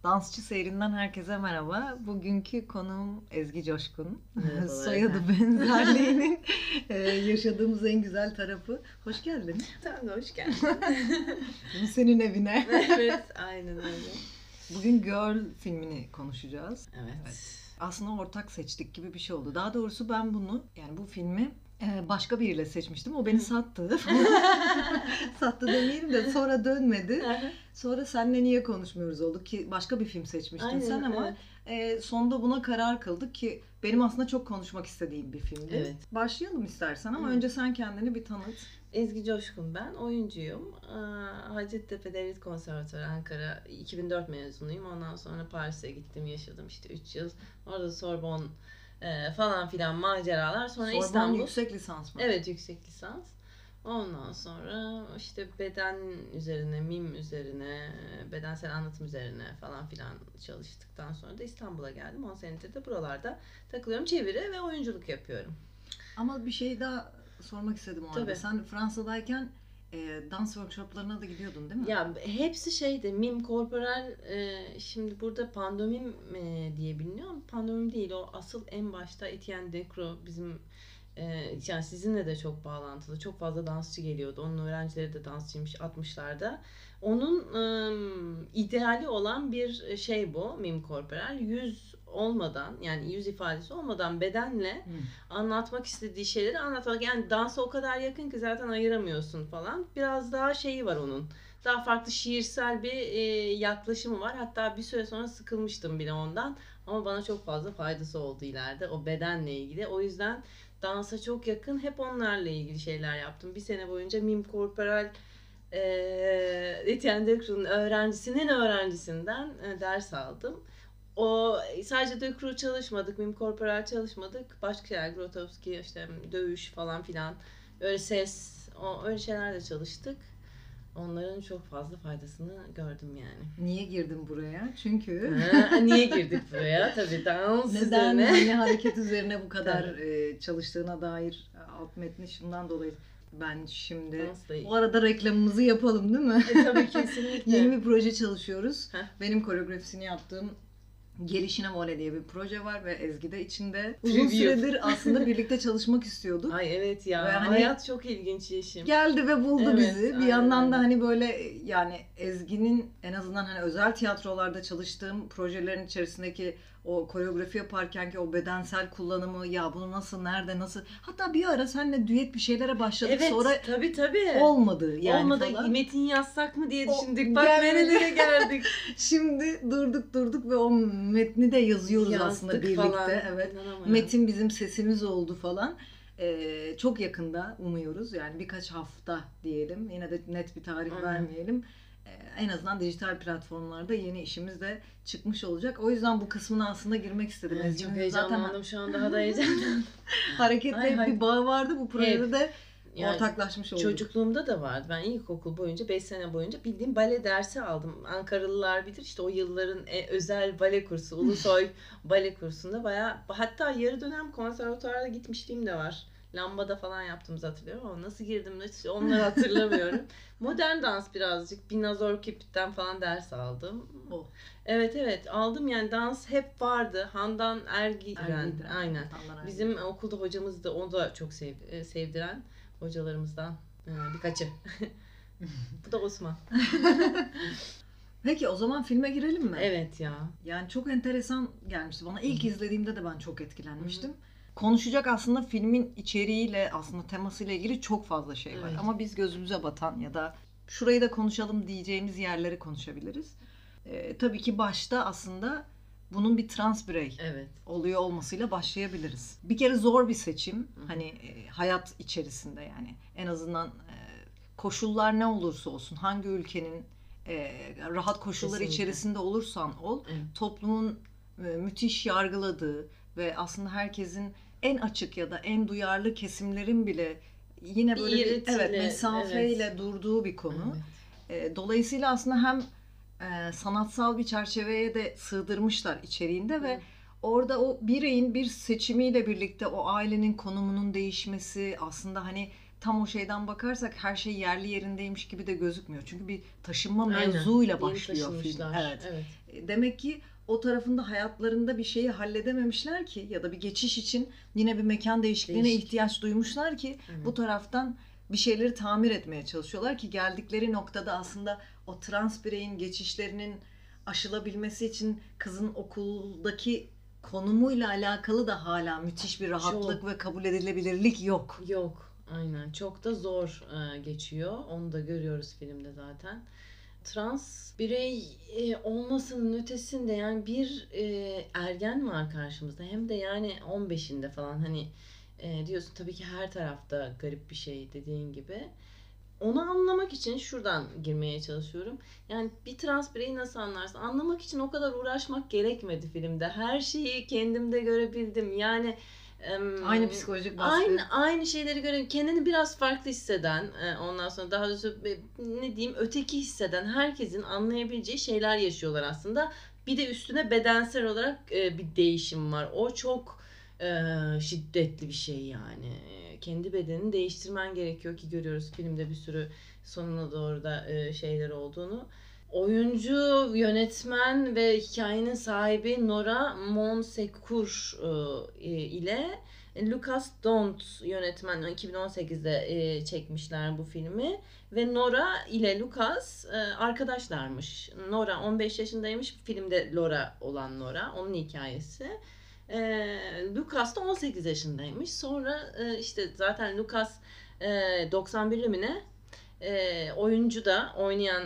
Dansçı Seyrinden herkese merhaba. Bugünkü konuğum Ezgi Coşkun. Merhabalar Soyadı benzerliğinin yaşadığımız en güzel tarafı. Hoş geldin. Sen de hoş geldin. Bu senin evine. Evet, aynen öyle. Bugün Girl filmini konuşacağız. Evet. Aslında ortak seçtik gibi bir şey oldu. Daha doğrusu ben bu filmi başka biriyle seçmiştim. O beni sattı. Sattı demeyelim de sonra dönmedi. Sonra seninle niye konuşmuyoruz olduk ki başka bir film seçmiştin Aynen, sen ama sonunda buna karar kıldık ki benim aslında çok konuşmak istediğim bir filmdi. Evet. Başlayalım istersen ama önce sen kendini bir tanıt. Ezgi Coşkun ben, oyuncuyum. Hacettepe Devlet Konservatuarı Ankara 2004 mezunuyum. Ondan sonra Paris'e gittim, yaşadım işte 3 yıl. Orada Sorbonne falan filan maceralar. Sonra Sorbonne İstanbul. yüksek lisans mı? Evet, yüksek lisans. Ondan sonra işte beden üzerine, mim üzerine, bedensel anlatım üzerine falan filan çalıştıktan sonra da İstanbul'a geldim. 10 senedir de buralarda takılıyorum. Çeviri ve oyunculuk yapıyorum. Ama bir şey daha sormak istedim o arada. Tabii. Sen Fransa'dayken dans workshoplarına da gidiyordun değil mi? Ya hepsi şeydi, mim korporal, şimdi burada pandomim diye biliniyor ama pandomim değil. O asıl en başta Etienne Decroix bizim yani sizinle de çok bağlantılı. Çok fazla dansçı geliyordu. Onun öğrencileri de dansçıymış 60'larda. Onun ideali olan bir şey bu, mim korporal. Yüz olmadan, yani yüz ifadesi olmadan bedenle anlatmak istediği şeyleri anlatmak. Yani dansa o kadar yakın ki zaten ayıramıyorsun falan. Biraz daha şeyi var onun. Daha farklı şiirsel bir yaklaşımı var. Hatta bir süre sonra sıkılmıştım bile ondan. Ama bana çok fazla faydası oldu ileride o bedenle ilgili. O yüzden dansa çok yakın, hep onlarla ilgili şeyler yaptım. Bir sene boyunca mim korporal Etienne Decroix'un öğrencisinin öğrencisinden ders aldım. O sadece Decroix çalışmadık, mim korporal çalışmadık. Başka şeyler, Grotowski, işte dövüş falan filan, öyle ses, öyle şeyler de çalıştık. Onların çok fazla faydasını gördüm yani. Niye girdim buraya? Çünkü Niye girdik buraya? Tabii dans neden üzerine. hani hareket üzerine bu kadar çalıştığına dair alt metni şundan dolayı ben şimdi bu arada reklamımızı yapalım değil mi? Tabii kesinlikle. Yeni bir proje çalışıyoruz. Heh. Benim koreografisini yaptığım Gelişine Vole diye bir proje var ve Ezgi de içinde. Preview. Uzun süredir aslında birlikte çalışmak istiyorduk. Ay evet ya. Ve hani hayat çok ilginç Yeşim. Geldi ve buldu Evet, bizi. Bir aynen yandan da öyle. hani böyle yani Ezgi'nin en azından hani özel tiyatrolarda çalıştığım projelerin içerisindeki o koreografi yaparken ki o bedensel kullanımı, ya bunu nasıl, nerede, nasıl, hatta bir ara seninle düet bir şeylere başladık, Evet, sonra tabii. olmadı yani Olmadı. falan. Metin yazsak mı diye O düşündük. Bak gelmedi. nerelere geldik. Şimdi durduk ve o metni de yazıyoruz Yazdık aslında birlikte. falan. Evet. İnanamıyorum. Metin bizim sesimiz oldu falan. Çok yakında umuyoruz. Yani birkaç hafta diyelim. Yine de net bir tarih Aynen. vermeyelim. En azından dijital platformlarda yeni işimiz de çıkmış olacak. O yüzden bu kısmına aslında girmek istedim. Evet, çok Ezgi'nin heyecanlandım zaten şu an, daha da heyecanlandım. hareketle Hay. bir bağı vardı. Bu projede Evet. de Yani ortaklaşmış olduk. çocukluğumda da vardı. Ben ilkokul boyunca 5 sene boyunca bildiğim bale dersi aldım. Ankaralılar bilir işte, o yılların özel bale kursu, Ulusoy bale kursunda bayağı, hatta yarı dönem konservatuara gitmişliğim de var. Lambada falan yaptığımızı hatırlıyorum ama nasıl girdim de onları hatırlamıyorum. Modern dans birazcık. Binazor Kipit'ten falan ders aldım. Oh. Evet aldım yani, dans hep vardı. Handan Ergiden. Ergiden. Aynen. Handan Ergiden. Bizim okulda hocamız da onu da çok sevdiren hocalarımızdan birkaçı. Bu da Osman. Peki o zaman filme girelim mi? Evet ya. Yani çok enteresan gelmişti bana. İlk izlediğimde de ben çok etkilenmiştim. Konuşacak aslında filmin içeriğiyle, aslında temasıyla ilgili çok fazla şey var. Evet. Ama biz gözümüze batan ya da şurayı da konuşalım diyeceğimiz yerleri konuşabiliriz. Tabii ki başta aslında bunun bir trans birey Evet. oluyor olmasıyla başlayabiliriz. Bir kere zor bir seçim. Hani hayat içerisinde, yani en azından koşullar ne olursa olsun, hangi ülkenin rahat koşullar Kesinlikle. içerisinde olursan ol, Evet. toplumun müthiş yargıladığı ve aslında herkesin en açık ya da en duyarlı kesimlerin bile yine böyle bir İğretiyle, mesafeyle durduğu bir konu. Evet. Dolayısıyla aslında hem sanatsal bir çerçeveye de sığdırmışlar içeriğinde ve orada o bireyin bir seçimiyle birlikte o ailenin konumunun değişmesi, aslında hani tam o şeyden bakarsak her şey yerli yerindeymiş gibi de gözükmüyor. Çünkü bir taşınma Aynen. mevzuyla Yeni başlıyor film. taşınmışlar. Evet. Demek ki o tarafında hayatlarında bir şeyi halledememişler ki ya da bir geçiş için yine bir mekan değişikliğine ihtiyaç duymuşlar ki bu taraftan bir şeyleri tamir etmeye çalışıyorlar ki geldikleri noktada aslında o trans bireyin geçişlerinin aşılabilmesi için kızın okuldaki konumuyla alakalı da hala müthiş bir rahatlık ve kabul edilebilirlik yok. Yok, aynen. Çok da zor geçiyor. Onu da görüyoruz filmde zaten. Trans birey olmasının ötesinde yani bir ergen var karşımızda. Hem de yani 15'inde falan hani diyorsun tabii ki her tarafta garip bir şey dediğin gibi. Onu anlamak için şuradan girmeye çalışıyorum. Yani bir trans bireyi nasıl anlarsın? Anlamak için o kadar uğraşmak gerekmedi filmde. Her şeyi kendimde görebildim. Yani aynı psikolojik baskı. Aynı şeyleri görelim. Kendini biraz farklı hisseden, ondan sonra daha doğrusu ne diyeyim öteki hisseden herkesin anlayabileceği şeyler yaşıyorlar aslında. Bir de üstüne bedensel olarak bir değişim var. O çok şiddetli bir şey yani. Kendi bedenini değiştirmen gerekiyor ki görüyoruz filmde bir sürü sonuna doğru da şeyler olduğunu. Oyuncu, yönetmen ve hikayenin sahibi Nora Monsecourt ile Lucas Dont yönetmen 2018'de çekmişler bu filmi ve Nora ile Lucas arkadaşlarmış. Nora 15 yaşındaymış. Filmde Laura olan Nora. Onun hikayesi. Lucas da 18 yaşındaymış. Sonra işte zaten Lucas 91'li mi ne? Oyuncu da oynayan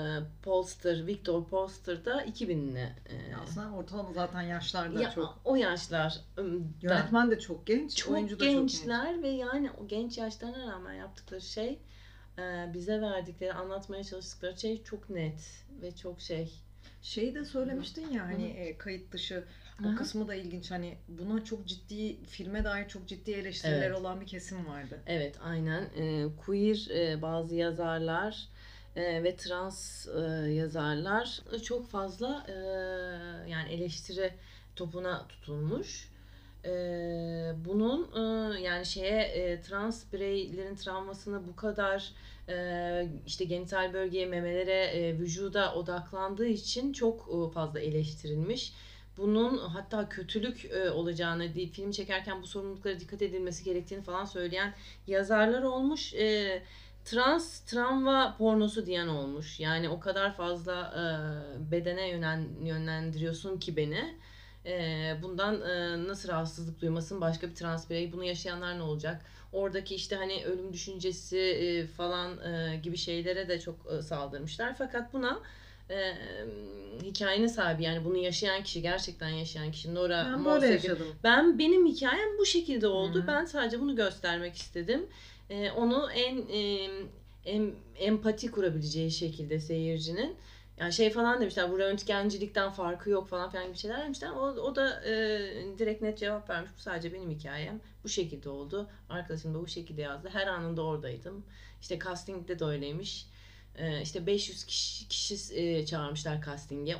Victor Polster da 2000'li. Aslında ortalama zaten yaşlarda çok. O yaşlar. Yönetmen de çok genç, oyuncu da çok genç. Gençler ve yani o genç yaşlarına rağmen yaptıkları şey, bize verdikleri, anlatmaya çalıştıkları şey çok net ve çok şey. Şeyi de söylemiştin ya hani kayıt dışı o kısmı da ilginç. Hani buna çok ciddi, filme dair çok ciddi eleştiriler olan bir kesim vardı. Evet, aynen. Queer bazı yazarlar ve trans yazarlar çok fazla yani eleştiri topuna tutulmuş. Bunun yani trans bireylerin travmasını bu kadar işte genital bölgeye, memelere, vücuda odaklandığı için çok fazla eleştirilmiş. Bunun hatta kötülük olacağını, film çekerken bu sorumluluklara dikkat edilmesi gerektiğini falan söyleyen yazarlar olmuş. Travma pornosu diyen olmuş. Yani o kadar fazla bedene yönlendiriyorsun ki beni. Bundan nasıl rahatsızlık duymasın başka bir trans birey? Bunu yaşayanlar ne olacak? Oradaki işte hani ölüm düşüncesi falan gibi şeylere de çok saldırmışlar. Fakat buna hikayenin sahibi yani bunu yaşayan kişi, gerçekten yaşayan kişi Nora ben böyle yaşadım. Benim hikayem bu şekilde oldu. Ben sadece bunu göstermek istedim. Onu en empati kurabileceği şekilde seyircinin. Yani şey falan demişler, bu röntgencilikten farkı yok falan filan gibi şeyler demişler. O da direkt net cevap vermiş. Bu sadece benim hikayem. Bu şekilde oldu. Arkadaşım da bu şekilde yazdı. Her anında oradaydım. İşte castingde de öyleymiş. İşte 500 kişi çağırmışlar casting'e.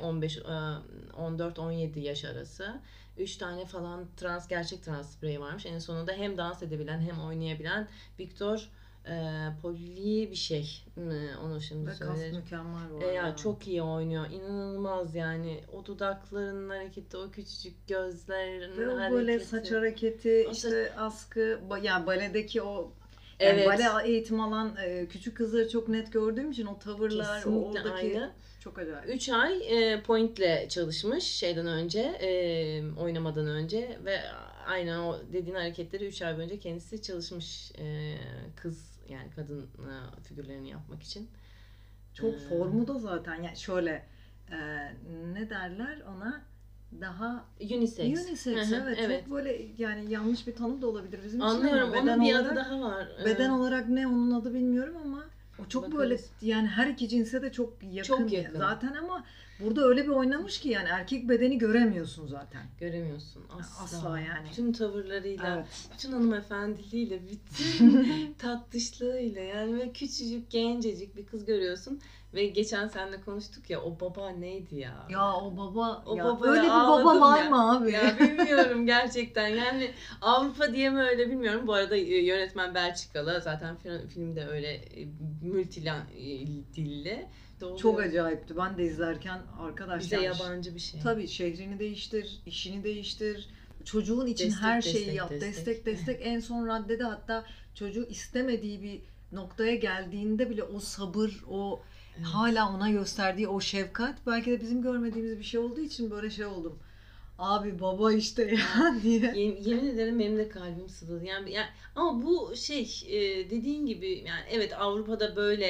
14-17 yaş arası. 3 tane falan gerçek trans birey varmış. En sonunda hem dans edebilen hem oynayabilen Victor Poli bir şey. Onu şimdi söyleyeyim. Mükemmel bu arada. Ya çok iyi oynuyor. İnanılmaz yani. O dudaklarının hareketi, o küçücük gözlerin ve o hareketi. böyle saç hareketi, işte askı, yani baledeki o yani bale eğitim alan küçük kızları çok net gördüğüm için o tavırlar, kesinlikle oradaki aynı. Çok acayip. 3 ay Point'le çalışmış şeyden önce, oynamadan önce ve aynen o dediğin hareketleri 3 ay boyunca kendisi çalışmış kız yani kadın figürlerini yapmak için. Çok formu da zaten yani şöyle ne derler ona, daha unisex evet. Çok böyle yani yanlış bir tanım da olabilir bizim için. Anlıyorum, onun bir adı daha var. Beden olarak ne onun adı bilmiyorum ama o çok bakarız. Böyle yani her iki cinse de çok yakın. Zaten ama burada öyle bir oynamış ki yani erkek bedeni göremiyorsun zaten. Göremiyorsun asla yani. Bütün tavırlarıyla, bütün hanımefendiliğiyle, bütün tatlışlığıyla yani ve küçücük gencecik bir kız görüyorsun. Ve geçen seninle konuştuk ya, o baba neydi ya? Ya o baba, öyle bir baba var mı abi? Ya bilmiyorum gerçekten. Yani Avrupa diye mi öyle bilmiyorum. Bu arada yönetmen Belçikalı. Zaten film de öyle multi dilli. Çok acayipti. Ben de izlerken arkadaşlar. Bize yabancı bir şey. Tabii şehrini değiştir, işini değiştir. Çocuğun için Destek, her şeyi destek, yap. destek. Destek. En son raddede hatta çocuğu istemediği bir noktaya geldiğinde bile o sabır, o hala ona gösterdiği o şefkat belki de bizim görmediğimiz bir şey olduğu için böyle şey oldum. Abi baba işte ya diye. Yemin ederim benim de kalbim sızladı. Yani ama bu dediğin gibi yani evet Avrupa'da böyle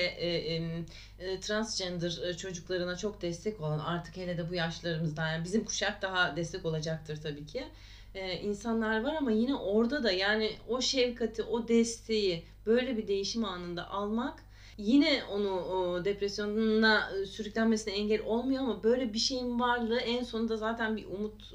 transgender çocuklarına çok destek olan, artık hele de bu yaşlarımızda, yani bizim kuşak daha destek olacaktır tabii ki. İnsanlar var ama yine orada da yani o şefkati, o desteği böyle bir değişim anında almak yine onu o depresyonuna sürüklenmesine engel olmuyor ama böyle bir şeyin varlığı en sonunda zaten bir umut,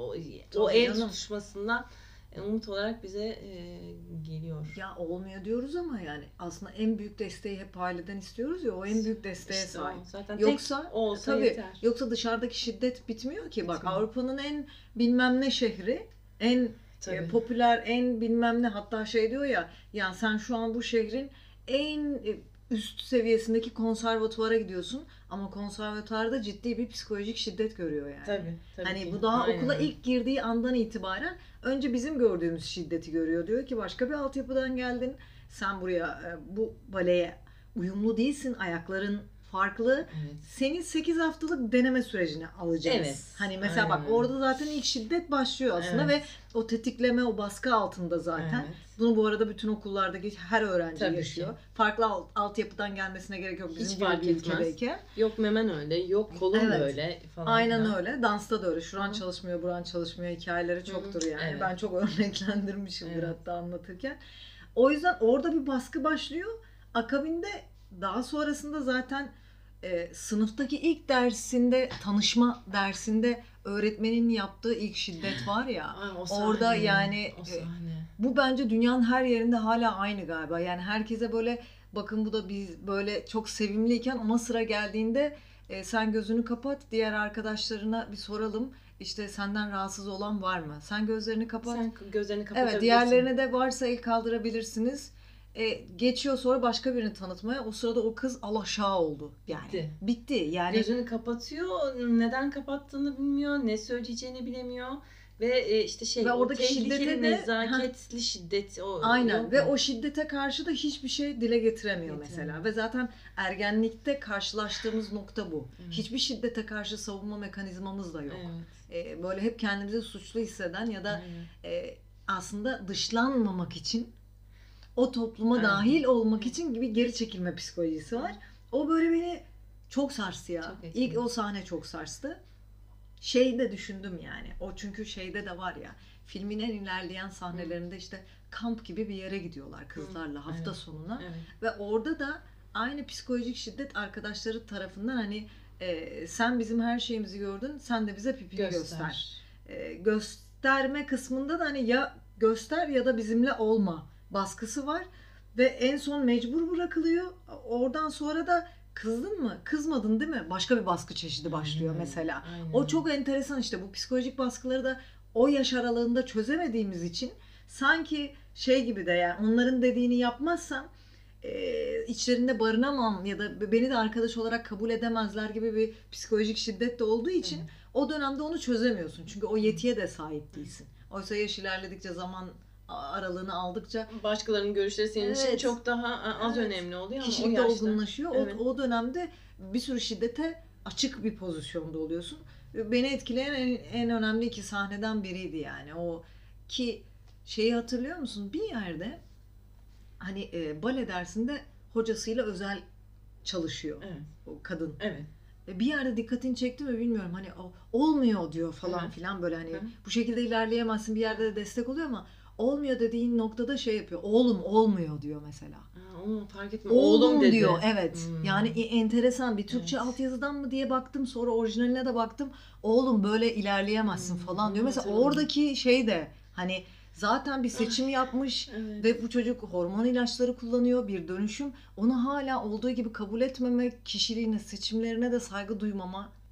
o el tutuşmasından umut olarak bize geliyor. Ya olmuyor diyoruz ama yani aslında en büyük desteği hep aileden istiyoruz ya, o en büyük desteğe İşte sahip. zaten Yoksa tek olsa tabii yeter. yoksa dışarıdaki şiddet bitmiyor ki. Bak Bitmiyor. Avrupa'nın en bilmem ne şehri, en Tabii. popüler, en bilmem ne, hatta şey diyor ya, yani sen şu an bu şehrin en üst seviyesindeki konservatuvara gidiyorsun ama konservatuvarda ciddi bir psikolojik şiddet görüyor yani. Tabii Hani ki. bu daha Aynen. okula ilk girdiği andan itibaren önce bizim gördüğümüz şiddeti görüyor. Diyor ki başka bir altyapıdan geldin. Sen buraya bu baleye uyumlu değilsin. Ayakların farklı. Evet. Senin 8 haftalık deneme sürecine alacağız. Evet. Hani mesela bak Aynen. orada zaten ilk şiddet başlıyor aslında Evet. ve o tetikleme, o baskı altında zaten. Evet. Bunu bu arada bütün okullardaki her öğrenci Tabii yaşıyor. ki. Farklı altyapıdan gelmesine gerek yok bizim Hiç gibi fark bir etmez. ülkedeyken. Yok memen öyle, yok kolum Evet. böyle falan. Aynen filan. öyle. Dansta da öyle. Şuran Hı. çalışmıyor, buran çalışmıyor hikayeleri çoktur yani. Evet. Ben çok örneklendirmişimdir Evet. hatta anlatırken. O yüzden orada bir baskı başlıyor. Akabinde daha sonrasında zaten sınıftaki ilk dersinde, tanışma dersinde öğretmenin yaptığı ilk şiddet var ya. Ay, o sahne, orada yani o sahne. bu bence dünyanın her yerinde hala aynı galiba. Yani herkese böyle bakın bu da biz böyle çok sevimliyken ona sıra geldiğinde sen gözünü kapat, diğer arkadaşlarına bir soralım. İşte senden rahatsız olan var mı? Sen gözlerini kapat. Sen gözlerini kapatabilirsin. Evet, diğerlerine de varsa el kaldırabilirsiniz. Geçiyor sonra başka birini tanıtmaya. O sırada o kız alaşağı oldu. Yani Bitti. bitti. Yani Gözünü kapatıyor, neden kapattığını bilmiyor, ne söyleyeceğini bilemiyor. Ve işte Ve o oradaki tehlikeli, şiddete de- nezaketli şiddet. aynen yok ve mu? o şiddete karşı da hiçbir şey dile getiremiyor Getiremiyor. mesela. Ve zaten ergenlikte karşılaştığımız nokta bu. Evet. Hiçbir şiddete karşı savunma mekanizmamız da yok. Evet. Böyle hep kendimizi suçlu hisseden ya da Aynen. aslında dışlanmamak için, o topluma Aynen. dahil olmak için gibi geri çekilme psikolojisi var. O böyle beni çok sarstı ya. Çok etkili. İlk o sahne çok sarstı. Şey de düşündüm yani. O çünkü şeyde de var ya. Filmin en ilerleyen sahnelerinde işte kamp gibi bir yere gidiyorlar kızlarla hafta Evet. sonuna. Evet. Ve orada da aynı psikolojik şiddet arkadaşları tarafından hani sen bizim her şeyimizi gördün, sen de bize pipini göster. Gösterme kısmında da hani ya göster ya da bizimle olma baskısı var ve en son mecbur bırakılıyor. Oradan sonra da kızdın mı? Kızmadın değil mi? Başka bir baskı çeşidi başlıyor Aynen, mesela. aynen. O çok enteresan işte, bu psikolojik baskıları da o yaş aralığında çözemediğimiz için sanki şey gibi de, yani onların dediğini yapmazsam içlerinde barınamam ya da beni de arkadaş olarak kabul edemezler gibi bir psikolojik şiddet de olduğu için Evet. o dönemde onu çözemiyorsun. Çünkü o yetiye de sahip değilsin. Oysa yaş ilerledikçe, zaman aralığını aldıkça Başkalarının görüşleri senin için Evet. çok daha az Evet. önemli oluyor ama kişilik o de yaşta. olgunlaşıyor. Evet. O dönemde bir sürü şiddete açık bir pozisyonda oluyorsun. Beni etkileyen en önemli iki sahneden biriydi yani. O ki şeyi hatırlıyor musun? Bir yerde hani bale dersinde hocasıyla özel çalışıyor Evet. o kadın. Evet. Bir yerde dikkatini çekti mi bilmiyorum, hani olmuyor diyor falan Evet. filan, böyle hani Evet. bu şekilde ilerleyemezsin, bir yerde de destek oluyor ama olmuyor dediğin noktada şey yapıyor. Oğlum olmuyor diyor mesela. Onu fark etme. Oğlum dedi. diyor, evet. Hmm. Yani enteresan bir Türkçe Evet. altyazıdan mı diye baktım, sonra orijinaline de baktım. Oğlum böyle ilerleyemezsin falan diyor. Mesela hatırladım. oradaki şey de hani zaten bir seçim yapmış Evet. ve bu çocuk hormon ilaçları kullanıyor, bir dönüşüm. Onu hala olduğu gibi kabul etmemek, kişiliğine, seçimlerine de saygı duymama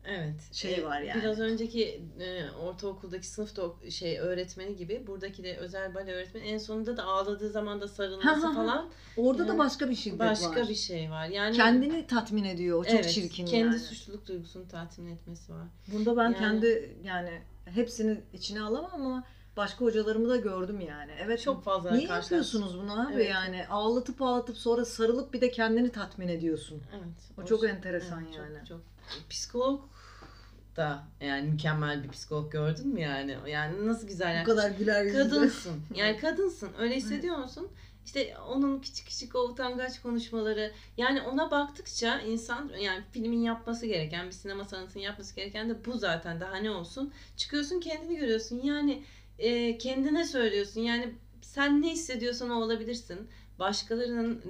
Evet. Şey var yani. Biraz önceki ortaokuldaki sınıfta öğretmeni gibi buradaki de özel bale öğretmeni en sonunda da ağladığı zaman da sarılması falan. Orada da başka bir şiddet var. Başka bir şey var. Yani kendini tatmin ediyor. O çok çirkin kendi yani. suçluluk duygusunu tatmin etmesi var. Bunda ben kendi hepsini içine alamam ama başka hocalarımı da gördüm yani. Evet. Çok fazla niye yapıyorsunuz bunu abi? Evet. Yani ağlatıp sonra sarılıp bir de kendini tatmin ediyorsun. Evet. O çok enteresan yani. Çok. Psikolog da yani mükemmel bir psikolog gördün mü yani? Yani nasıl güzel yani. Bu kadar güler yüzlü. Kadınsın. Yani kadınsın. Öyle hissediyor musun? İşte onun küçük o utangaç konuşmaları. Yani ona baktıkça insan yani filmin yapması gereken, bir sinema sanatının yapması gereken de bu zaten. Daha ne olsun? Çıkıyorsun kendini görüyorsun. Yani kendine söylüyorsun. Yani sen ne hissediyorsan o olabilirsin. Başkalarının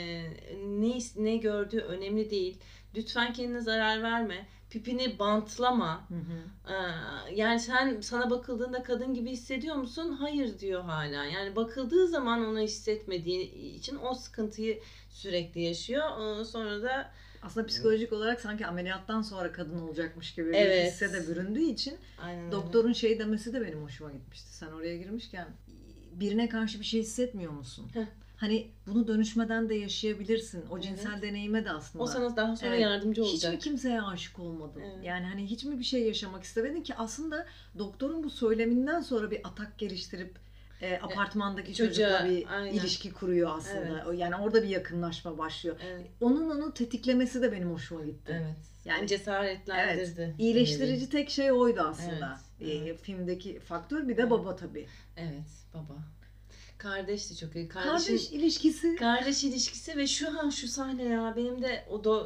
ne gördüğü önemli değil. Lütfen kendine zarar verme. Pipini bantlama. Yani sana bakıldığında kadın gibi hissediyor musun? Hayır diyor hala. Yani bakıldığı zaman onu hissetmediği için o sıkıntıyı sürekli yaşıyor. Sonra da aslında psikolojik olarak sanki ameliyattan sonra kadın olacakmış gibi bir hisse de büründüğü için doktorun şey demesi de benim hoşuma gitmişti. Sen oraya girmişken birine karşı bir şey hissetmiyor musun? Hani bunu dönüşmeden de yaşayabilirsin. O cinsel deneyime de aslında. O sana daha sonra yardımcı olacak. Hiç mi kimseye aşık olmadın? Yani hani hiç mi bir şey yaşamak istemedin ki aslında doktorun bu söyleminden sonra bir atak geliştirip apartmandaki çocukla bir ilişki kuruyor aslında. Evet. Yani orada bir yakınlaşma başlıyor. Evet. Onu tetiklemesi de benim hoşuma gitti. Evet. Yani cesaretlendirdi. Evet. İyileştirici tek şey oydu aslında. Evet. Filmdeki faktör bir de baba tabii. Evet, baba. Kardeş de çok iyi. Kardeş ilişkisi. Kardeş ilişkisi ve şu sahne ya benim de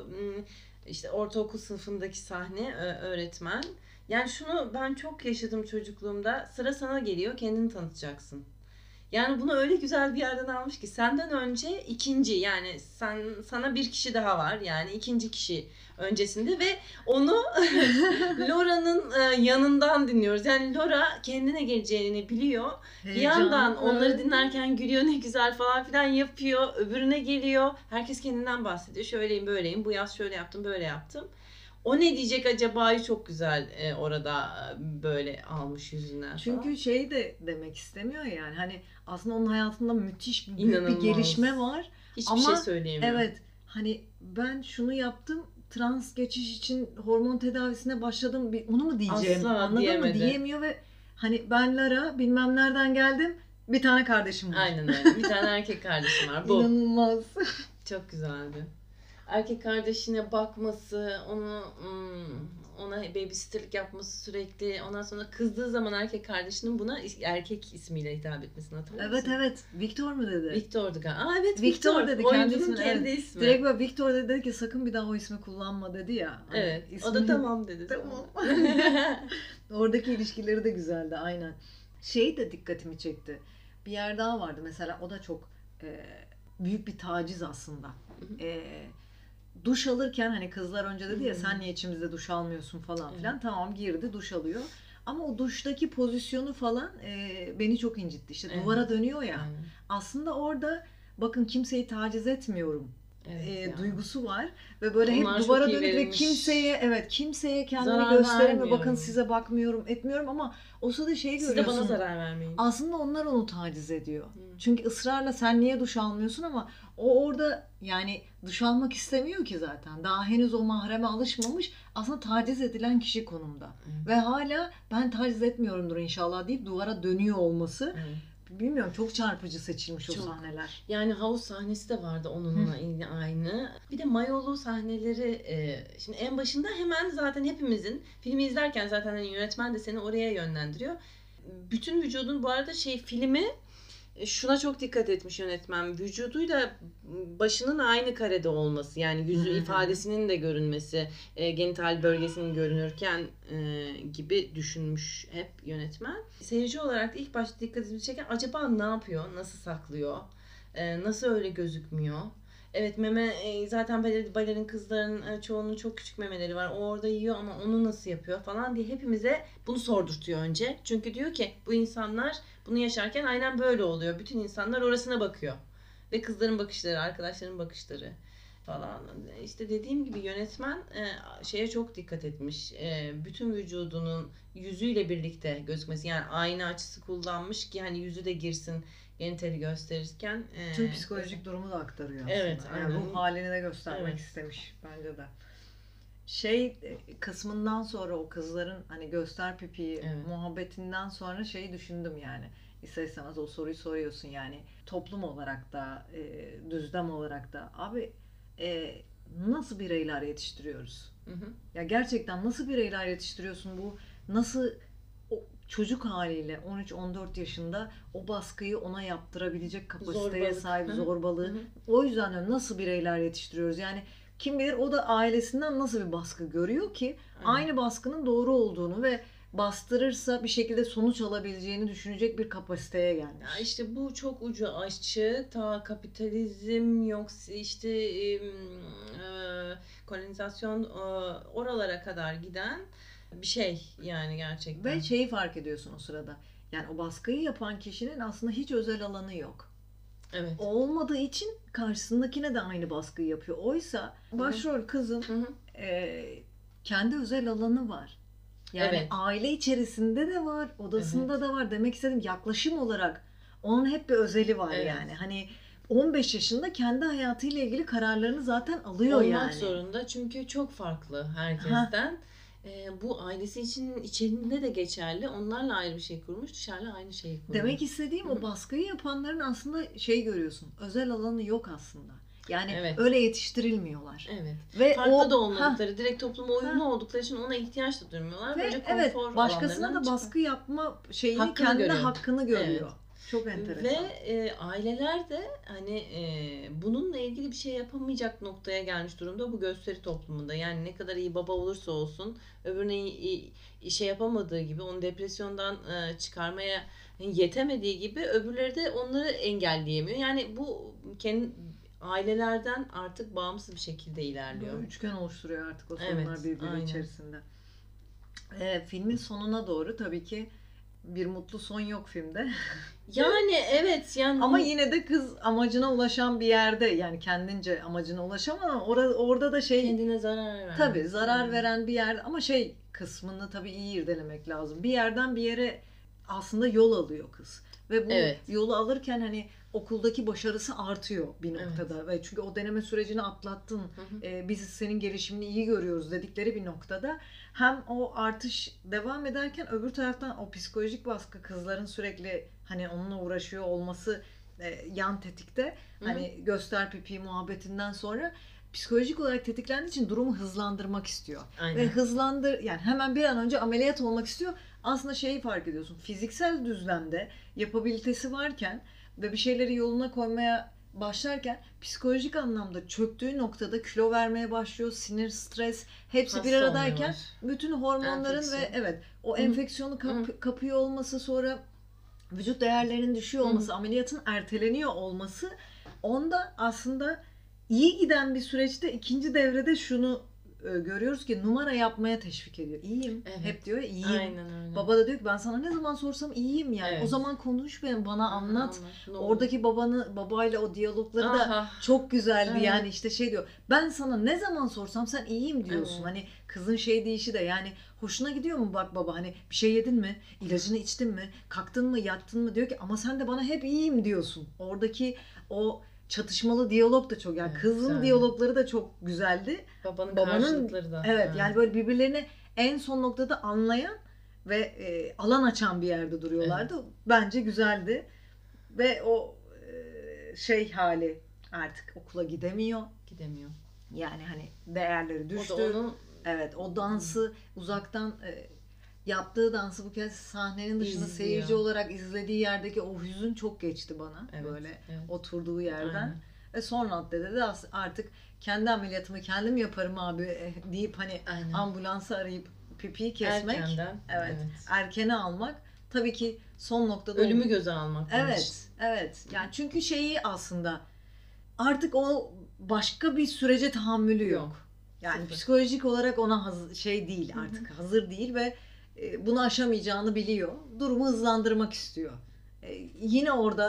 işte ortaokul sınıfındaki sahne öğretmen. Yani şunu ben çok yaşadım çocukluğumda. Sıra sana geliyor, kendini tanıtacaksın. Yani bunu öyle güzel bir yerden almış ki senden önce ikinci yani sana bir kişi daha var yani ikinci kişi öncesinde ve onu Laura'nın yanından dinliyoruz. Yani Laura kendine geleceğini biliyor. Bir yandan onları dinlerken gülüyor ne güzel falan filan yapıyor. Öbürüne geliyor. Herkes kendinden bahsediyor. Şöyleyim böyleyim. Bu yaz şöyle yaptım böyle yaptım. O ne diyecek acaba'yı çok güzel orada böyle almış yüzünden. Çünkü falan. Şey de demek istemiyor yani hani aslında onun hayatında müthiş büyük bir gelişme var. Hiçbir şey söyleyemiyor. Evet hani ben şunu yaptım trans geçiş için hormon tedavisine başladım onu mu diyeceğim asla anladın diyemedi. mı diyemiyor ve hani ben Lara bilmem nereden geldim bir tane kardeşim var. Aynen öyle bir tane erkek kardeşim var bu. İnanılmaz. Çok güzeldi. Erkek kardeşine bakması, ona babysitterlik yapması sürekli. Ondan sonra kızdığı zaman erkek kardeşinin buna erkek ismiyle hitap etmesini hatırlıyor musun? Evet. Victor mu dedi? Victor'du galiba. Evet Victor dedi kendi ismi. Kendi ismi. Direkt böyle Victor dedi ki sakın bir daha o ismi kullanma dedi ya. Hani evet. O da tamam dedi. Tamam. Oradaki ilişkileri de güzeldi aynen. Şey de dikkatimi çekti. Bir yer daha vardı mesela o da çok büyük bir taciz aslında. Duş alırken hani kızlar önce dedi ya sen niye içimizde duş almıyorsun falan filan. Evet. Tamam girdi duş alıyor. Ama o duştaki pozisyonu falan beni çok incitti. İşte duvara dönüyor ya. aslında orada bakın kimseyi taciz etmiyorum. Evet, duygusu var ve böyle onlar hep duvara dönük ve kimseye kendini zarar gösteremiyor. Bakın size bakmıyorum, etmiyorum ama o sırada şey görüyorsun. Siz de bana zarar vermeyin. Aslında onlar onu taciz ediyor. Çünkü ısrarla sen niye duş almıyorsun ama o orada yani duş almak istemiyor ki zaten. Daha henüz o mahreme alışmamış. Aslında taciz edilen kişi konumda. Ve hala ben taciz etmiyorumdur inşallah deyip duvara dönüyor olması. Bilmiyorum çok çarpıcı seçilmiş o sahneler. Yani havuz sahnesi de vardı onunla aynı. Bir de mayolu sahneleri şimdi en başında hemen zaten hepimizin filmi izlerken zaten hani yönetmen de seni oraya yönlendiriyor. Bütün vücudun bu arada filmi şuna çok dikkat etmiş yönetmen. Vücuduyla başının aynı karede olması. Yani yüzü ifadesinin de görünmesi, genital bölgesinin görünürken gibi düşünmüş hep yönetmen. Seyirci olarak da ilk başta dikkatimizi çeken acaba ne yapıyor, nasıl saklıyor, nasıl öyle gözükmüyor? Evet meme zaten balerin kızların çoğunun çok küçük memeleri var. O orada yiyor ama onu nasıl yapıyor falan diye hepimize bunu sordurtuyor önce. Çünkü diyor ki bu insanlar bunu yaşarken aynen böyle oluyor. Bütün insanlar orasına bakıyor. Ve kızların bakışları, arkadaşların bakışları. falan. İşte dediğim gibi yönetmen şeye çok dikkat etmiş. Bütün vücudunun yüzüyle birlikte gözükmesi. Yani ayna açısı kullanmış ki hani yüzü de girsin genitali gösterirken. Tüm psikolojik durumu da aktarıyor aslında. Evet, Yani aynen. ruh halini de göstermek Evet. istemiş bence de. Kısmından sonra o kızların hani göster pipiyi Evet. muhabbetinden sonra şeyi düşündüm yani. İster istemez o soruyu soruyorsun yani. Toplum olarak da, düzlem olarak da. Abi nasıl bireyler yetiştiriyoruz? Hı hı. Ya gerçekten nasıl bireyler yetiştiriyorsun bu? Nasıl o çocuk haliyle 13-14 yaşında o baskıyı ona yaptırabilecek kapasiteye Zorbalık. sahip Hı hı. zorbalığı. Hı hı. O yüzden diyorum, nasıl bireyler yetiştiriyoruz? Yani kim bilir o da ailesinden nasıl bir baskı görüyor ki Aynen. aynı baskının doğru olduğunu ve bastırırsa bir şekilde sonuç alabileceğini düşünecek bir kapasiteye gelmiş. Ya işte bu çok ucu açık. Ta kapitalizm yoksa işte kolonizasyon oralara kadar giden bir şey yani gerçekten. Ve şeyi fark ediyorsun o sırada. Yani o baskıyı yapan kişinin aslında hiç özel alanı yok. Evet. O olmadığı için karşısındakine de aynı baskıyı yapıyor. Oysa başrol kızın Hı hı. kendi özel alanı var. Yani Evet. aile içerisinde de var, odasında da var. Demek istedim yaklaşım olarak onun hep bir özeli var Evet. yani. Hani 15 yaşında kendi hayatıyla ilgili kararlarını zaten alıyor Olmak yani. zorunda çünkü çok farklı herkesten. Bu ailesi için içinde de geçerli. Onlarla ayrı bir şey kurmuş, dışarıda aynı şeyi kurmuş. Demek istediğim o baskıyı yapanların aslında şey görüyorsun. Özel alanı yok aslında. Yani Evet. öyle yetiştirilmiyorlar. Evet. Ve Farklı da olmadıkları, direkt topluma uyumlu Ha. oldukları için ona ihtiyaç da duymuyorlar. ve Böyle evet konfor başkasına da alanlarından baskı yapma şeyini Hakkını kendine görüyor. hakkını görüyor. Evet. Çok enteresan. Ve aileler de hani bununla ilgili bir şey yapamayacak noktaya gelmiş durumda bu gösteri toplumunda. Yani ne kadar iyi baba olursa olsun öbürüne iyi şey yapamadığı gibi onu depresyondan çıkarmaya yetemediği gibi öbürleri de onları engelleyemiyor. Yani bu kendi ailelerden artık bağımsız bir şekilde ilerliyor. Böyle üçgen oluşturuyor artık o sorunlar Evet, birbiri aynen. içerisinde. Filmin sonuna doğru tabii ki bir mutlu son yok filmde. Yani evet yani Ama yine de kız amacına ulaşan bir yerde, yani kendince amacına ulaşamıyor ama orada da şey kendine zarar veren. tabii zarar veren bir yer ama şey kısmını tabii iyi irdelemek lazım. Bir yerden bir yere aslında yol alıyor kız. Ve bu Evet. yolu alırken hani okuldaki başarısı artıyor bir noktada. Ve çünkü o deneme sürecini atlattın. Biz senin gelişimini iyi görüyoruz dedikleri bir noktada hem o artış devam ederken öbür taraftan o psikolojik baskı, kızların sürekli hani onunla uğraşıyor olması yan tetikte. Hani göster pipi muhabbetinden sonra psikolojik olarak tetiklendiği için durumu hızlandırmak istiyor. Aynen. Ve yani hemen bir an önce ameliyat olmak istiyor. Aslında şeyi fark ediyorsun. Fiziksel düzlemde yapabilitesi varken ve bir şeyleri yoluna koymaya başlarken psikolojik anlamda çöktüğü noktada kilo vermeye başlıyor. Sinir, stres hepsi Hasta bir aradayken oluyorlar. bütün hormonların Enfeksiyon. ve evet o enfeksiyonu kapıyor olması, sonra vücut değerlerinin düşüyor olması, ameliyatın erteleniyor olması onda aslında iyi giden bir süreçte ikinci devrede şunu görüyoruz ki numara yapmaya teşvik ediyor. İyiyim. Evet. Hep diyor ya, iyiyim. Aynen öyle. Baba da diyor ki ben sana ne zaman sorsam iyiyim yani. Evet. O zaman konuş bana anlat. Ne olur. Oradaki babayla o diyalogları da Aha. çok güzeldi. Evet. Yani işte şey diyor. Ben sana ne zaman sorsam sen iyiyim diyorsun. Evet. Hani kızın şey deyişi de yani hoşuna gidiyor mu bak baba, hani bir şey yedin mi? İlacını içtin mi? Kalktın mı? Yattın mı? Diyor ki ama sen de bana hep iyiyim diyorsun. Oradaki o çatışmalı diyalog da çok, yani Evet, kızın güzeldi. diyalogları da çok güzeldi. Babanın Babanın karşılıkları da. evet yani böyle birbirlerini en son noktada anlayan ve alan açan bir yerde duruyorlardı. Bence güzeldi. Ve o şey hali, artık okula gidemiyor. Gidemiyor. Yani hani değerleri düştü. O da onu Evet, o dansı uzaktan yaptığı dansı bu kez sahnenin dışında İzliyor. seyirci olarak izlediği yerdeki o hüzün çok geçti bana. Evet, Böyle evet. oturduğu yerden. Aynen. Ve son raddede de artık kendi ameliyatımı kendim yaparım abi deyip hani Aynen. ambulansı arayıp pipiyi kesmek. Erkenden. Evet. Erkene almak. Tabii ki son noktada Ölümü göze almak. Evet. Evet. Yani çünkü şeyi aslında artık o başka bir sürece tahammülü yok. Yani Sıfır. psikolojik olarak ona şey değil artık. Hazır değil ve bunu aşamayacağını biliyor. Durumu hızlandırmak istiyor. Yine orada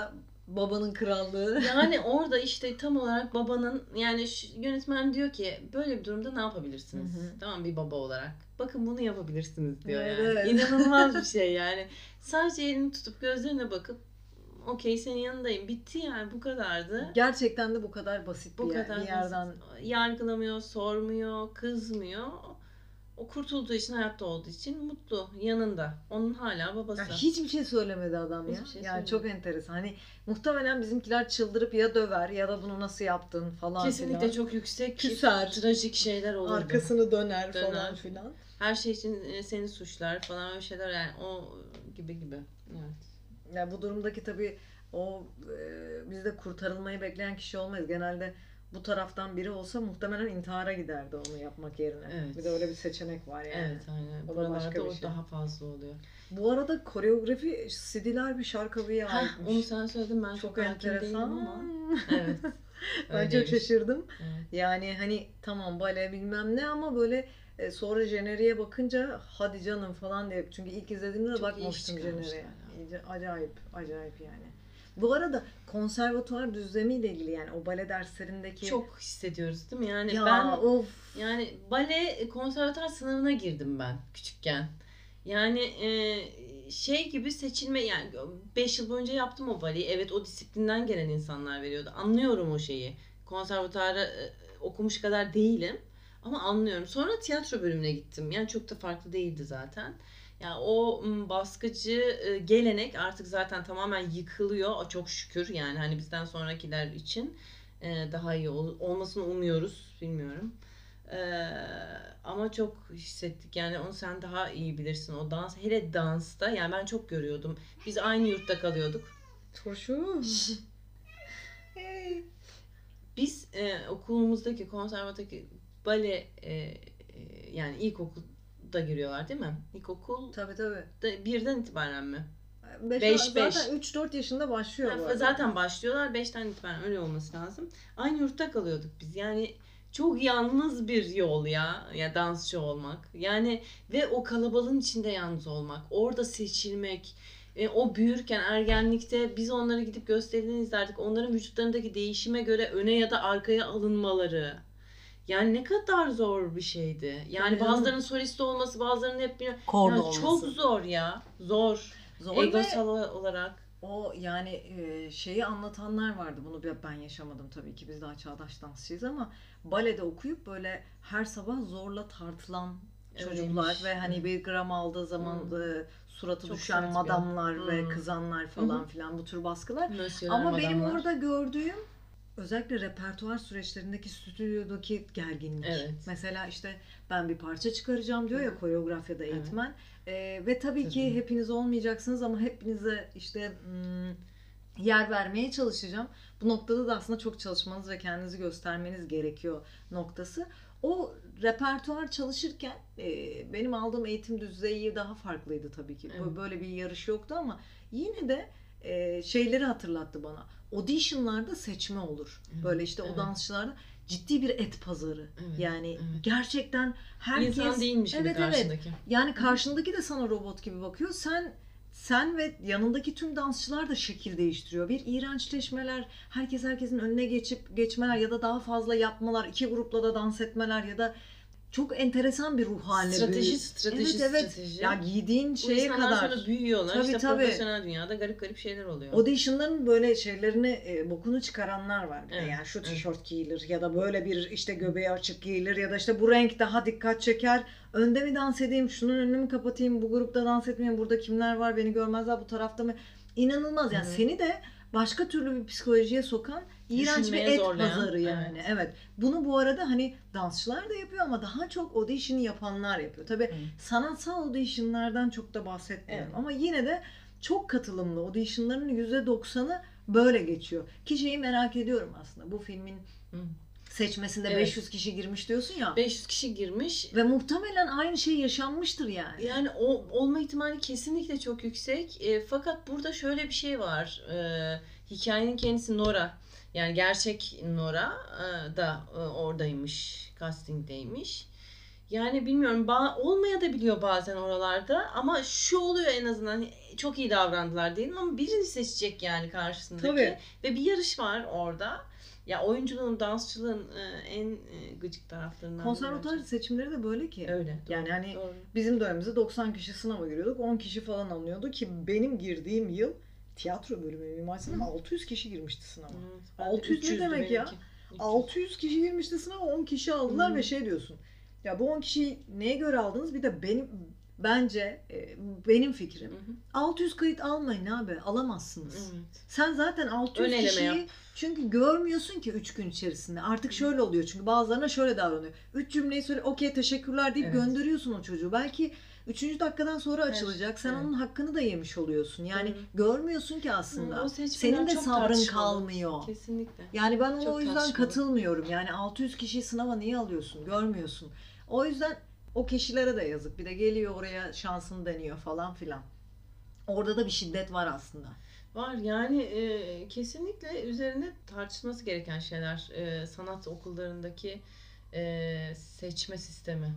Babanın krallığı. Yani orada işte tam olarak babanın, yani yönetmen diyor ki böyle bir durumda ne yapabilirsiniz? Tamam, bir baba olarak. Bakın bunu yapabilirsiniz diyor yani. Evet. İnanılmaz bir şey yani. Sadece elini tutup gözlerine bakıp okey senin yanındayım. Bitti yani, bu kadardı. Gerçekten de bu kadar basit Bu bir kadar yerden. basit. Yargılamıyor, sormuyor, kızmıyor. O kurtulduğu için, hayatta olduğu için mutlu. Yanında. Onun hala babası. Ya hiçbir şey söylemedi adam ya. Hiçbir şey Yani söylemedi. çok enteresan. Hani muhtemelen bizimkiler çıldırıp ya döver ya da bunu nasıl yaptın falan Kesinlikle filan. çok yüksek, Küser. trajik şeyler olurdu. Arkasını döner falan filan. Her şey için seni suçlar falan, öyle şeyler yani, o gibi. Evet. Ya bu durumdaki tabii o biz de kurtarılmayı bekleyen kişi olmayız. Genelde bu taraftan biri olsa muhtemelen intihara giderdi onu yapmak yerine. Evet. Bir de öyle bir seçenek var yani. Evet, aynen. O da Buralarda başka bir o şey. daha fazla oluyor. Bu arada koreografi Sidiler bir Şarkabi'ye aitmiş. Onu sen söyledin, ben çok hakim değilim enteresan. ama. Evet. Ben çok öyleymiş. şaşırdım. Evet. Yani hani tamam bale bilmem ne ama böyle sonra jeneriğe bakınca hadi canım falan diye. Çünkü ilk izlediğimde de Çok iyi bakmamıştım iş jeneriğe. çıkarmışlar Acayip yani. Bu arada konservatuvar düzlemiyle ilgili yani o bale derslerindeki Çok hissediyoruz değil mi? Yani ya ben of bale konservatuar sınavına girdim ben küçükken. Yani şey gibi seçilme, yani 5 yıl boyunca yaptım o baleyi. Evet, o disiplinden gelen insanlar veriyordu. Anlıyorum o şeyi. Konservatuarı okumuş kadar değilim ama anlıyorum. Sonra tiyatro bölümüne gittim. Yani çok da farklı değildi zaten. Yani o baskıcı gelenek artık zaten tamamen yıkılıyor. Çok şükür yani, hani bizden sonrakiler için daha iyi olmasını umuyoruz. Bilmiyorum. Ama çok hissettik yani, onu sen daha iyi bilirsin, o dans, hele dansta yani ben çok görüyordum. Biz aynı yurtta kalıyorduk. turşu. Biz okulumuzdaki konservataki bale yani ilkokulda giriyorlar değil mi? İlkokul Tabii. birden itibaren mi? 5 zaten 3-4 yaşında başlıyor bu arada. Zaten başlıyorlar 5'ten itibaren, öyle olması lazım. Aynı yurtta kalıyorduk biz. Yani çok yalnız bir yol ya dansçı olmak. Yani ve o kalabalığın içinde yalnız olmak, orada seçilmek, o büyürken ergenlikte biz onları gidip gösterilerini izlerdik. Onların vücutlarındaki değişime göre öne ya da arkaya alınmaları. Yani ne kadar zor bir şeydi. Yani bazılarının solisti olması, bazılarının hep Korda yani olması. çok zor ya. Zor egosal olarak. O yani şeyi anlatanlar vardı. Bunu ben yaşamadım tabii ki. Biz daha çağdaş dansçıyız ama balede okuyup böyle her sabah zorla tartılan çocuklar Öyleymiş. ve hani bir gram aldığı zaman suratı Çok düşen sert madamlar ve kızanlar falan filan bu tür baskılar. Ama benim orada gördüğüm özellikle repertuar süreçlerindeki stüdyodaki gerginlik. Evet. Mesela işte ben bir parça çıkaracağım diyor ya koreografyada eğitmen. Ve tabii ki hepiniz olmayacaksınız ama hepinize işte yer vermeye çalışacağım. Bu noktada da aslında çok çalışmanız ve kendinizi göstermeniz gerekiyor noktası. O repertuar çalışırken benim aldığım eğitim düzeyi daha farklıydı tabii ki. Evet. Böyle bir yarış yoktu ama yine de şeyleri hatırlattı bana. Audition'larda seçme olur. Böyle işte o dansçılarda ciddi bir et pazarı. Yani gerçekten herkes İnsan değilmiş gibi karşındaki. Yani karşındaki de sana robot gibi bakıyor. Sen ve yanındaki tüm dansçılar da şekil değiştiriyor. Bir iğrençleşmeler, herkesin önüne geçmeler ya da daha fazla yapmalar, iki grupla da dans etmeler ya da çok enteresan bir ruh haline Strateji. Ya giydiğin şeye kadar. Bu sonra büyüyorlar. Tabii. Profesyonel dünyada garip şeyler oluyor. Audition'ların böyle şeylerini bokunu çıkaranlar var. Evet. Yani şu tişört giyilir ya da böyle bir işte göbeği açık giyilir ya da işte bu renk daha dikkat çeker. Önde mi dans edeyim, şunun önünü mü kapatayım, bu grupta dans etmeyeyim, burada kimler var beni görmezler, bu tarafta mı? İnanılmaz yani seni de başka türlü bir psikolojiye sokan iğrenç bir et pazarı yani. Evet. Bunu bu arada hani dansçılar da yapıyor ama daha çok audition'ı yapanlar yapıyor. Tabii sanatsal audition'lardan çok da bahsetmiyorum ama yine de çok katılımlı. Audition'ların %90'ı böyle geçiyor. Ki şeyi merak ediyorum aslında. Bu filmin seçmesinde 500 kişi girmiş diyorsun ya. 500 kişi girmiş. Ve muhtemelen aynı şey yaşanmıştır yani. Yani olma ihtimali kesinlikle çok yüksek. Fakat burada şöyle bir şey var. Hikayenin kendisi Nora. Yani gerçek Nora da oradaymış. Casting'deymiş. Yani bilmiyorum, olmaya da biliyor bazen oralarda ama şu oluyor en azından, çok iyi davrandılar diyelim ama birini seçecek yani karşısındaki. Tabii. Ve bir yarış var orada. Ya oyunculuğun, dansçılığın en gıcık taraflarından. Konservatuar seçimleri de böyle ki. Öyle. Doğru, yani hani doğru. bizim dönemimizde 90 kişi sınava giriyorduk. 10 kişi falan alınıyordu ki benim girdiğim yıl tiyatro bölümü Mimar Sinan 600 kişi girmişti sınava. 600 ne demek ya? 600 kişi girmişti sınava, 10 kişi aldılar ve şey diyorsun. Ya bu 10 kişiyi neye göre aldınız? Bir de bence benim fikrim. 600 kayıt almayın abi. Alamazsınız. Evet. Sen zaten 600 kişiyi çünkü görmüyorsun ki 3 gün içerisinde. Artık şöyle oluyor çünkü bazılarına şöyle davranıyor. 3 cümleyi söyle, okey teşekkürler deyip gönderiyorsun o çocuğu. Belki 3. dakikadan sonra açılacak. Sen onun hakkını da yemiş oluyorsun. Yani görmüyorsun ki aslında. Senin de sabrın kalmıyor. Kesinlikle. Yani ben ona o yüzden katılmıyorum. Yani 600 kişiyi sınava niye alıyorsun? Görmüyorsun. O yüzden o kişilere de yazık. Bir de geliyor oraya şansını deniyor falan filan. Orada da bir şiddet var aslında. Var yani kesinlikle üzerine tartışılması gereken şeyler. Sanat okullarındaki seçme sistemi.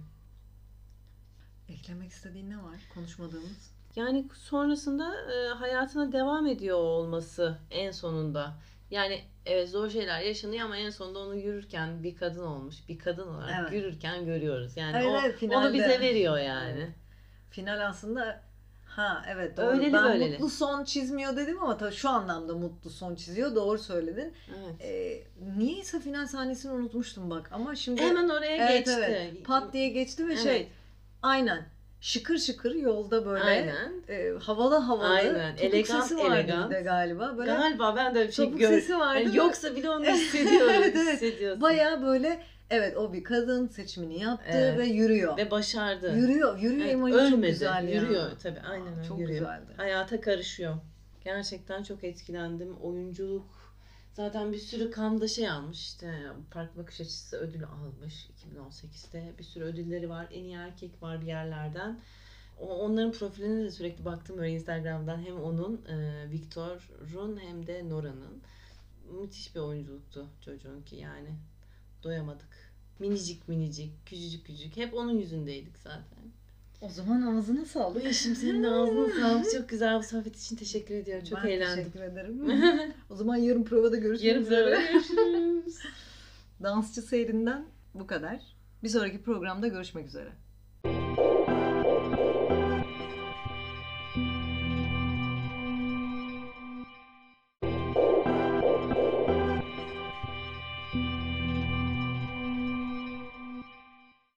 Eklemek istediğin ne var konuşmadığımız? Yani sonrasında hayatına devam ediyor olması en sonunda. Yani evet, zor şeyler yaşanıyor ama en sonunda onu yürürken bir kadın olmuş. Bir kadın olarak yürürken görüyoruz. Yani onu bize veriyor yani. Evet. Final aslında doğru. Öyleli ben böyleli. Mutlu son çizmiyor dedim ama tabii şu anlamda mutlu son çiziyor. Doğru söyledin. Evet. Niyeyse final sahnesini unutmuştum bak ama şimdi hemen oraya geçti. Evet. Pat diye geçti ve aynen. Şıkır şıkır yolda böyle havalı Aynen. topuk sesi vardı bir de galiba. Böyle galiba ben de bir şey topuk sesi vardı. Yani yoksa bile onu hissediyoruz. Hissediyorsun. Bayağı böyle o bir kadın seçimini yaptı ve yürüyor. Ve başardı. Yürüyor imajı çok güzel. Yürüyor tabii, aynen öyle. Çok yürüyor. Güzeldi. Hayata karışıyor. Gerçekten çok etkilendim. Oyunculuk zaten bir sürü Cannes'da almış. İşte Park Bakış Açısı ödülü almış 2018'de. Bir sürü ödülleri var. En iyi erkek var bir yerlerden. Onların profiline de sürekli baktım böyle Instagram'dan. Hem onun, Victor'un hem de Nora'nın. Müthiş bir oyunculuktu çocuğunki yani. Doyamadık. Minicik, küçücük. Hep onun yüzündeydik zaten. O zaman ağzına sağlık. Yeşim, senin ağzına sağlık. Çok güzel bu sohbet için teşekkür ediyorum. Çok eğlendim. Teşekkür ederim. O zaman yarın provada görüşmek üzere. Dansçı Seyrinden bu kadar. Bir sonraki programda görüşmek üzere.